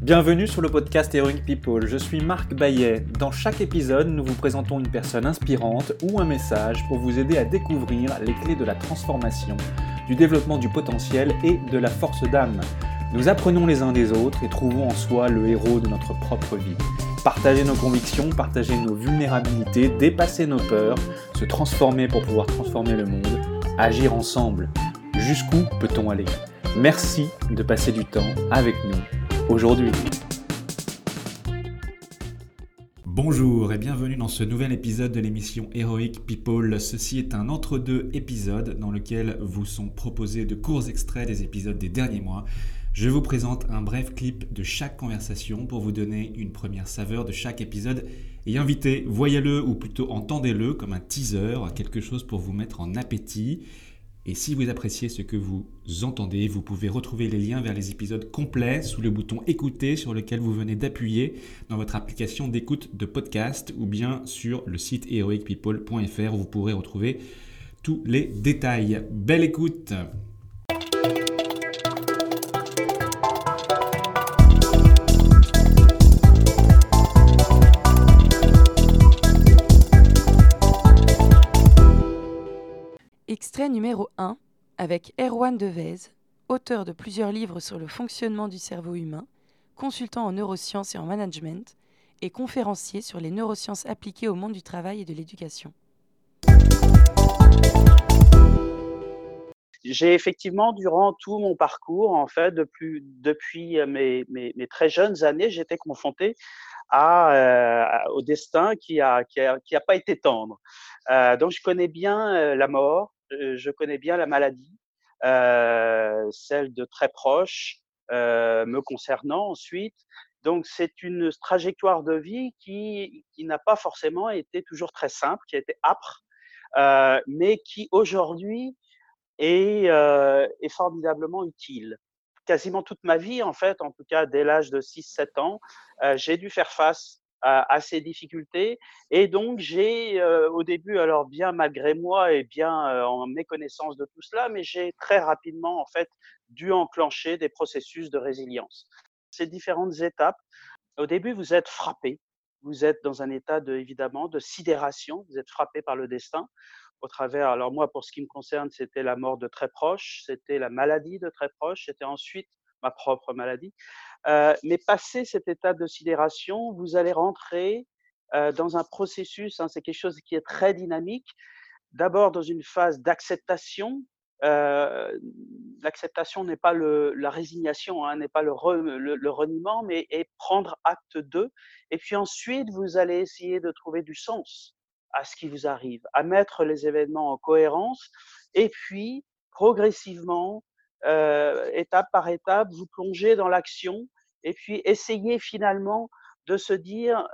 Bienvenue sur le podcast Heroic People, je suis Marc Baillet. Dans chaque épisode, nous vous présentons une personne inspirante ou un message pour vous aider à découvrir les clés de la transformation, du développement du potentiel et de la force d'âme. Nous apprenons les uns des autres et trouvons en soi le héros de notre propre vie. Partager nos convictions, partager nos vulnérabilités, dépasser nos peurs, se transformer pour pouvoir transformer le monde, agir ensemble. Jusqu'où peut-on aller ? Merci de passer du temps avec nous aujourd'hui. Bonjour et bienvenue dans ce nouvel épisode de l'émission Heroic People. Ceci est un entre-deux épisode dans lequel vous sont proposés de courts extraits des épisodes des derniers mois. Je vous présente un bref clip de chaque conversation pour vous donner une première saveur de chaque épisode et inviter, voyez-le ou plutôt entendez-le comme un teaser, quelque chose pour vous mettre en appétit. Et si vous appréciez ce que vous entendez, vous pouvez retrouver les liens vers les épisodes complets sous le bouton écouter sur lequel vous venez d'appuyer dans votre application d'écoute de podcast ou bien sur le site heroicpeople.fr où vous pourrez retrouver tous les détails. Belle écoute! Extrait numéro 1 avec Erwan Devez, auteur de plusieurs livres sur le fonctionnement du cerveau humain, consultant en neurosciences et en management, et conférencier sur les neurosciences appliquées au monde du travail et de l'éducation. J'ai effectivement, durant tout mon parcours, en fait, depuis mes très jeunes années, j'étais confronté au destin qui a pas été tendre. Donc, je connais bien la mort, je connais bien la maladie, celle de très proches, me concernant ensuite. Donc, c'est une trajectoire de vie qui n'a pas forcément été toujours très simple, qui a été âpre, mais qui aujourd'hui est formidablement utile. Quasiment toute ma vie, en fait, en tout cas dès l'âge de 6-7 ans, j'ai dû faire face à ces difficultés et donc j'ai, au début, alors bien malgré moi et bien, en méconnaissance de tout cela, mais j'ai très rapidement, en fait, dû enclencher des processus de résilience. Ces différentes étapes, au début, vous êtes frappé, vous êtes dans un état évidemment de sidération, vous êtes frappé par le destin au travers, alors moi, pour ce qui me concerne, c'était la mort de très proches, c'était la maladie de très proches, c'était ensuite ma propre maladie. Mais passé cette étape de sidération, vous allez rentrer dans un processus, c'est quelque chose qui est très dynamique. D'abord dans une phase d'acceptation. L'acceptation n'est pas la résignation, n'est pas le reniement, mais est prendre acte d'eux. Et puis ensuite, vous allez essayer de trouver du sens à ce qui vous arrive, à mettre les événements en cohérence et puis progressivement, étape par étape, vous plongez dans l'action et puis essayez finalement de se dire,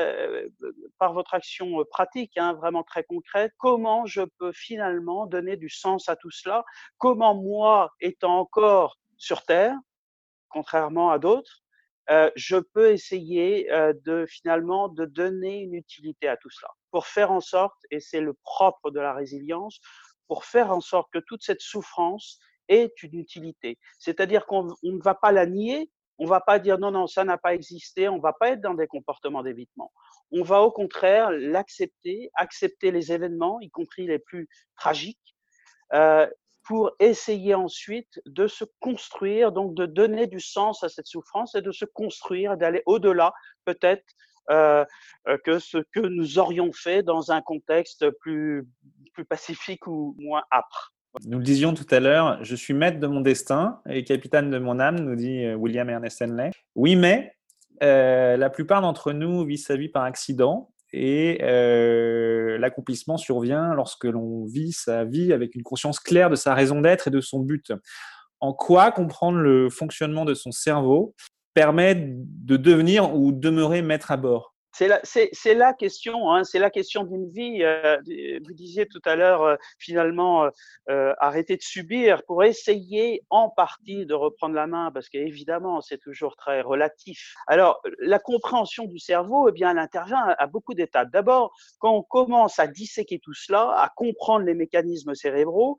par votre action pratique, vraiment très concrète, comment je peux finalement donner du sens à tout cela? Comment moi, étant encore sur terre, contrairement à d'autres, je peux essayer finalement de donner une utilité à tout cela. Pour faire en sorte, et c'est le propre de la résilience, pour faire en sorte que toute cette souffrance ait une utilité. C'est-à-dire qu'on ne va pas la nier, on ne va pas dire non, non, ça n'a pas existé, on ne va pas être dans des comportements d'évitement. On va au contraire l'accepter, accepter les événements, y compris les plus tragiques, euh, pour essayer ensuite de se construire, donc de donner du sens à cette souffrance et de se construire, d'aller au-delà peut-être que ce que nous aurions fait dans un contexte plus pacifique ou moins âpre. Nous le disions tout à l'heure, je suis maître de mon destin et capitaine de mon âme, nous dit William Ernest Henley. Oui, mais la plupart d'entre nous vivent sa vie par accident et l'accomplissement survient lorsque l'on vit sa vie avec une conscience claire de sa raison d'être et de son but. En quoi comprendre le fonctionnement de son cerveau permet de devenir ou demeurer maître à bord ? C'est la question, c'est la question d'une vie. Vous disiez tout à l'heure, finalement, arrêter de subir pour essayer en partie de reprendre la main, parce qu'évidemment, c'est toujours très relatif. Alors, la compréhension du cerveau, eh bien, elle intervient à beaucoup d'étapes. D'abord, quand on commence à disséquer tout cela, à comprendre les mécanismes cérébraux,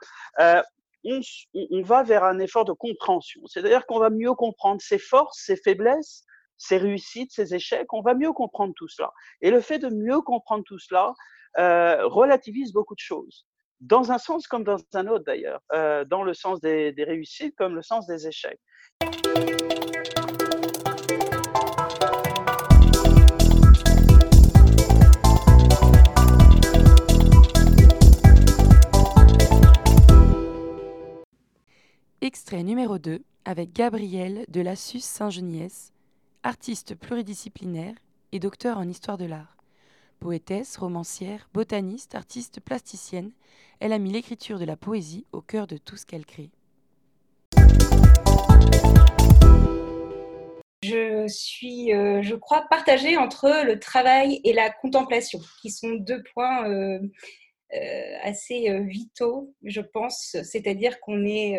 on va vers un effort de compréhension. C'est-à-dire qu'on va mieux comprendre ses forces, ses faiblesses, ses réussites, ses échecs, on va mieux comprendre tout cela. Et le fait de mieux comprendre tout cela relativise beaucoup de choses, dans un sens comme dans un autre d'ailleurs, dans le sens des réussites comme le sens des échecs. Extrait numéro 2 avec Gabrielle de Lassus Saint-Geniès, artiste pluridisciplinaire et docteur en histoire de l'art. Poétesse, romancière, botaniste, artiste plasticienne, elle a mis l'écriture de la poésie au cœur de tout ce qu'elle crée. Je suis, je crois, partagée entre le travail et la contemplation, qui sont deux points assez vitaux, je pense. C'est-à-dire qu'on est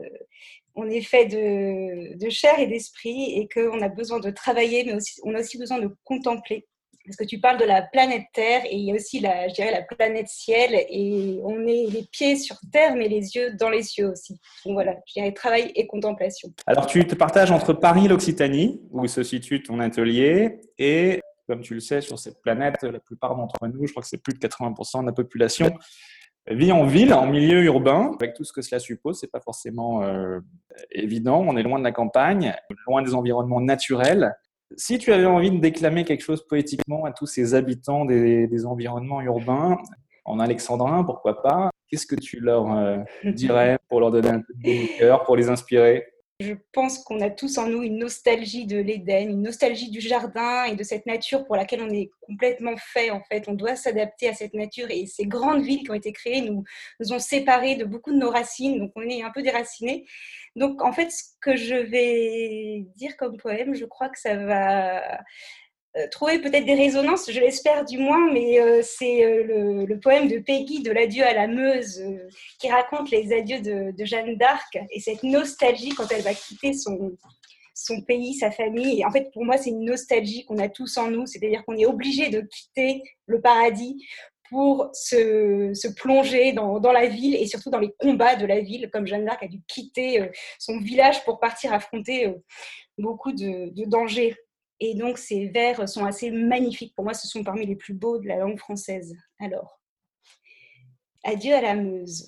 fait de chair et d'esprit et qu'on a besoin de travailler, mais aussi, on a aussi besoin de contempler. Parce que tu parles de la planète Terre et il y a aussi, je dirais, la planète Ciel, et on est les pieds sur Terre, mais les yeux dans les cieux aussi. Donc voilà, je dirais travail et contemplation. Alors, tu te partages entre Paris et l'Occitanie, où se situe ton atelier, et comme tu le sais, sur cette planète, la plupart d'entre nous, je crois que c'est plus de 80% de la population, vit en ville, en milieu urbain, avec tout ce que cela suppose. C'est pas forcément évident. On est loin de la campagne, loin des environnements naturels. Si tu avais envie de déclamer quelque chose poétiquement à tous ces habitants des environnements urbains, en alexandrin, pourquoi pas, qu'est-ce que tu leur dirais pour leur donner un peu de baume au cœur, pour les inspirer ? Je pense qu'on a tous en nous une nostalgie de l'Éden, une nostalgie du jardin et de cette nature pour laquelle on est complètement fait, en fait. On doit s'adapter à cette nature, et ces grandes villes qui ont été créées nous ont séparés de beaucoup de nos racines, donc on est un peu déracinés. Donc en fait, ce que je vais dire comme poème, je crois que ça va trouver peut-être des résonances, je l'espère du moins, mais c'est le poème de Peggy de l'adieu à la Meuse, qui raconte les adieux de Jeanne d'Arc et cette nostalgie quand elle va quitter son pays, sa famille. Et en fait, pour moi, c'est une nostalgie qu'on a tous en nous, c'est-à-dire qu'on est obligé de quitter le paradis pour se plonger dans la ville et surtout dans les combats de la ville, comme Jeanne d'Arc a dû quitter son village pour partir affronter beaucoup de dangers. Et donc, ces vers sont assez magnifiques. Pour moi, ce sont parmi les plus beaux de la langue française. Alors, adieu à la Meuse.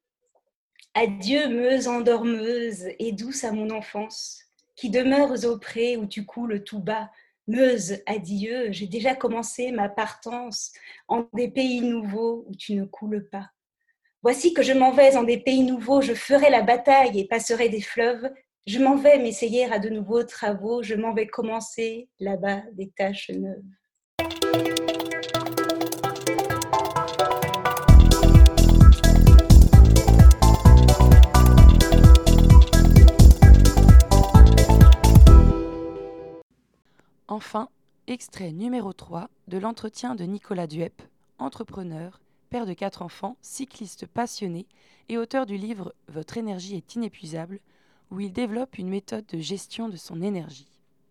Adieu, Meuse endormeuse et douce à mon enfance, qui demeures au pré où tu coules tout bas. Meuse, adieu, j'ai déjà commencé ma partance en des pays nouveaux où tu ne coules pas. Voici que je m'en vais en des pays nouveaux, je ferai la bataille et passerai des fleuves. Je m'en vais m'essayer à de nouveaux travaux, je m'en vais commencer là-bas des tâches neuves. Enfin, extrait numéro 3 de l'entretien de Nicolas Duep, entrepreneur, père de 4 enfants, cycliste passionné et auteur du livre « Votre énergie est inépuisable », où il développe une méthode de gestion de son énergie.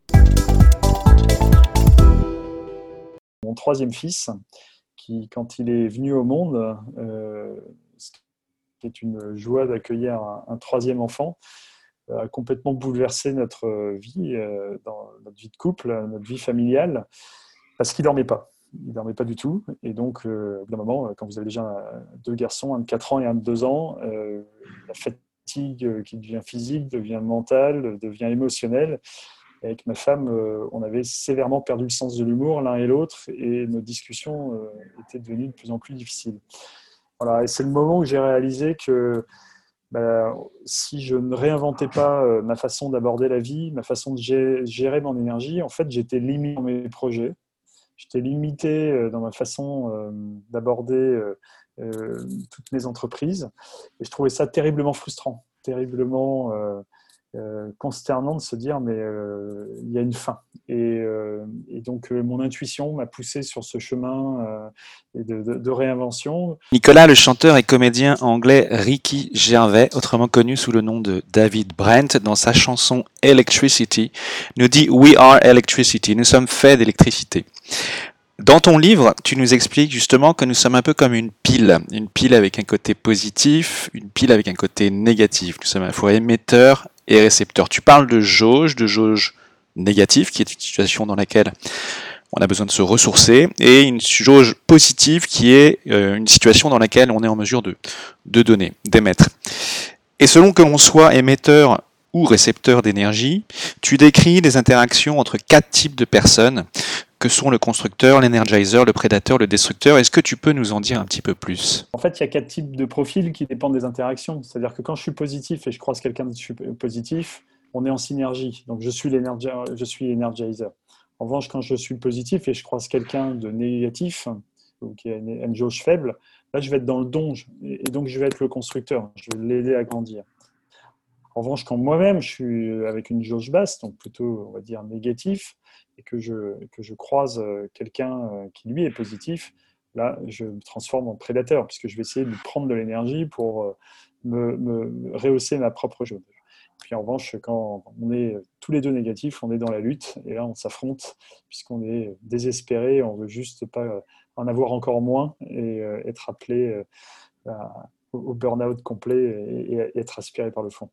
Mon troisième fils, qui, quand il est venu au monde, c'était une joie d'accueillir un troisième enfant, a complètement bouleversé notre vie, dans notre vie de couple, notre vie familiale, parce qu'il ne dormait pas. Il ne dormait pas du tout. Et donc, au bout d'un moment, quand vous avez déjà 2 garçons, un de 4 ans et un de 2 ans, la fatigue qui devient physique, devient mentale, devient émotionnelle. Et avec ma femme, on avait sévèrement perdu le sens de l'humour l'un et l'autre, et nos discussions étaient devenues de plus en plus difficiles. Voilà, et c'est le moment où j'ai réalisé que si je ne réinventais pas ma façon d'aborder la vie, ma façon de gérer mon énergie, en fait, j'étais limité dans mes projets. J'étais limité dans ma façon d'aborder toutes mes entreprises. Et je trouvais ça terriblement frustrant, terriblement consternant de se dire mais il y a une fin. Et donc mon intuition m'a poussé sur ce chemin de réinvention. Nicolas, le chanteur et comédien anglais Ricky Gervais, autrement connu sous le nom de David Brent, dans sa chanson Electricity, nous dit « We are electricity », nous sommes faits d'électricité. Dans ton livre, tu nous expliques justement que nous sommes un peu comme une pile avec un côté positif, une pile avec un côté négatif. Nous sommes à la fois émetteur et récepteur. Tu parles de jauge négative, qui est une situation dans laquelle on a besoin de se ressourcer, et une jauge positive qui est une situation dans laquelle on est en mesure de donner, d'émettre. Et selon que l'on soit émetteur ou récepteur d'énergie, tu décris des interactions entre 4 types de personnes que sont le constructeur, l'energizer, le prédateur, le destructeur. Est-ce que tu peux nous en dire un petit peu plus ? En fait, il y a 4 types de profils qui dépendent des interactions. C'est-à-dire que quand je suis positif et je croise quelqu'un de positif, on est en synergie. Donc, je suis energizer. En revanche, quand je suis positif et je croise quelqu'un de négatif, ou qui a une jauge faible, là, je vais être dans le don. Et donc, je vais être le constructeur. Je vais l'aider à grandir. En revanche, quand moi-même, je suis avec une jauge basse, donc plutôt, on va dire, négatif, et que je croise quelqu'un qui, lui, est positif, là, je me transforme en prédateur, puisque je vais essayer de prendre de l'énergie pour me rehausser ma propre jauge. Puis en revanche, quand on est tous les deux négatifs, on est dans la lutte, et là, on s'affronte, puisqu'on est désespéré, on veut juste pas en avoir encore moins, et être appelé au burn-out complet et être aspiré par le fond.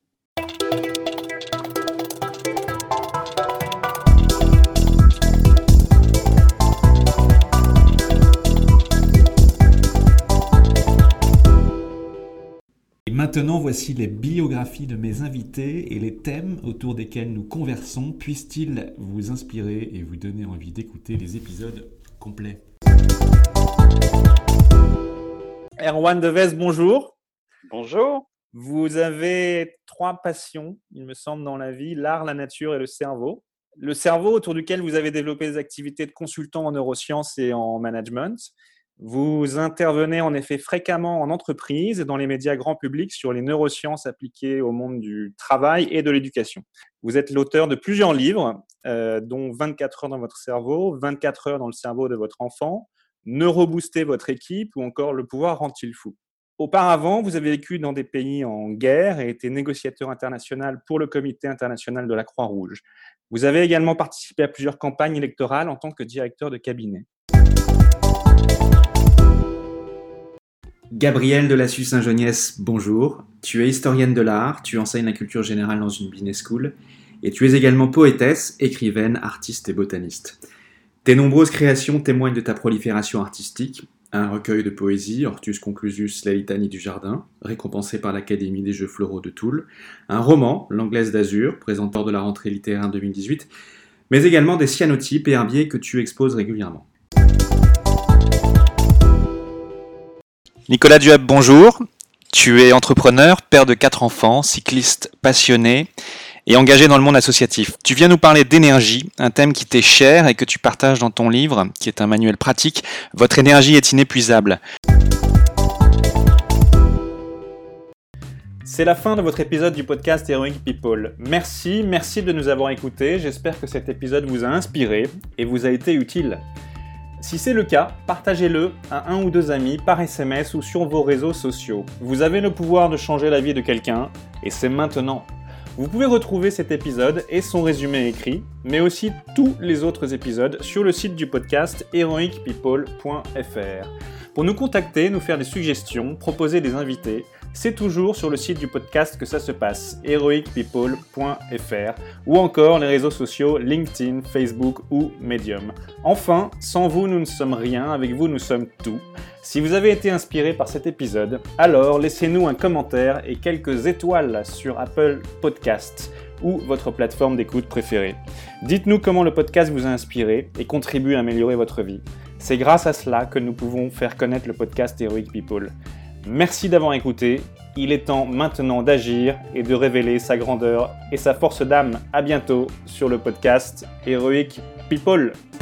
Et maintenant, voici les biographies de mes invités et les thèmes autour desquels nous conversons. Puissent-ils vous inspirer et vous donner envie d'écouter les épisodes complets ? Erwan Devez, bonjour. Bonjour. Vous avez 3 passions, il me semble, dans la vie, l'art, la nature et le cerveau. Le cerveau, autour duquel vous avez développé des activités de consultant en neurosciences et en management. Vous intervenez en effet fréquemment en entreprise et dans les médias grand public sur les neurosciences appliquées au monde du travail et de l'éducation. Vous êtes l'auteur de plusieurs livres, dont 24 heures dans votre cerveau, 24 heures dans le cerveau de votre enfant, Neurobooster votre équipe ou encore Le pouvoir rend-il fou. Auparavant, vous avez vécu dans des pays en guerre et été négociateur international pour le Comité international de la Croix-Rouge. Vous avez également participé à plusieurs campagnes électorales en tant que directeur de cabinet. Gabrielle Delassus-Saint-Geniès, bonjour. Tu es historienne de l'art, tu enseignes la culture générale dans une business school et tu es également poétesse, écrivaine, artiste et botaniste. Tes nombreuses créations témoignent de ta prolifération artistique. Un recueil de poésie, Hortus Conclusus, la litanie du jardin, récompensé par l'Académie des Jeux Floraux de Toul. Un roman, L'Anglaise d'Azur, présenteur de la rentrée littéraire 2018. Mais également des cyanotypes et herbiers que tu exposes régulièrement. Nicolas Duhab, bonjour. Tu es entrepreneur, père de 4 enfants, cycliste passionné et engagé dans le monde associatif. Tu viens nous parler d'énergie, un thème qui t'est cher et que tu partages dans ton livre, qui est un manuel pratique. Votre énergie est inépuisable. C'est la fin de votre épisode du podcast Heroic People. Merci de nous avoir écoutés. J'espère que cet épisode vous a inspiré et vous a été utile. Si c'est le cas, partagez-le à 1 ou 2 amis par SMS ou sur vos réseaux sociaux. Vous avez le pouvoir de changer la vie de quelqu'un et c'est maintenant. Vous pouvez retrouver cet épisode et son résumé écrit, mais aussi tous les autres épisodes sur le site du podcast heroicpeople.fr. Pour nous contacter, nous faire des suggestions, proposer des invités, c'est toujours sur le site du podcast que ça se passe, heroicpeople.fr, ou encore les réseaux sociaux LinkedIn, Facebook ou Medium. Enfin, sans vous, nous ne sommes rien, avec vous, nous sommes tout. Si vous avez été inspiré par cet épisode, alors laissez-nous un commentaire et quelques étoiles sur Apple Podcasts ou votre plateforme d'écoute préférée. Dites-nous comment le podcast vous a inspiré et contribue à améliorer votre vie. C'est grâce à cela que nous pouvons faire connaître le podcast Heroic People. Merci d'avoir écouté, il est temps maintenant d'agir et de révéler sa grandeur et sa force d'âme. À bientôt sur le podcast Heroic People.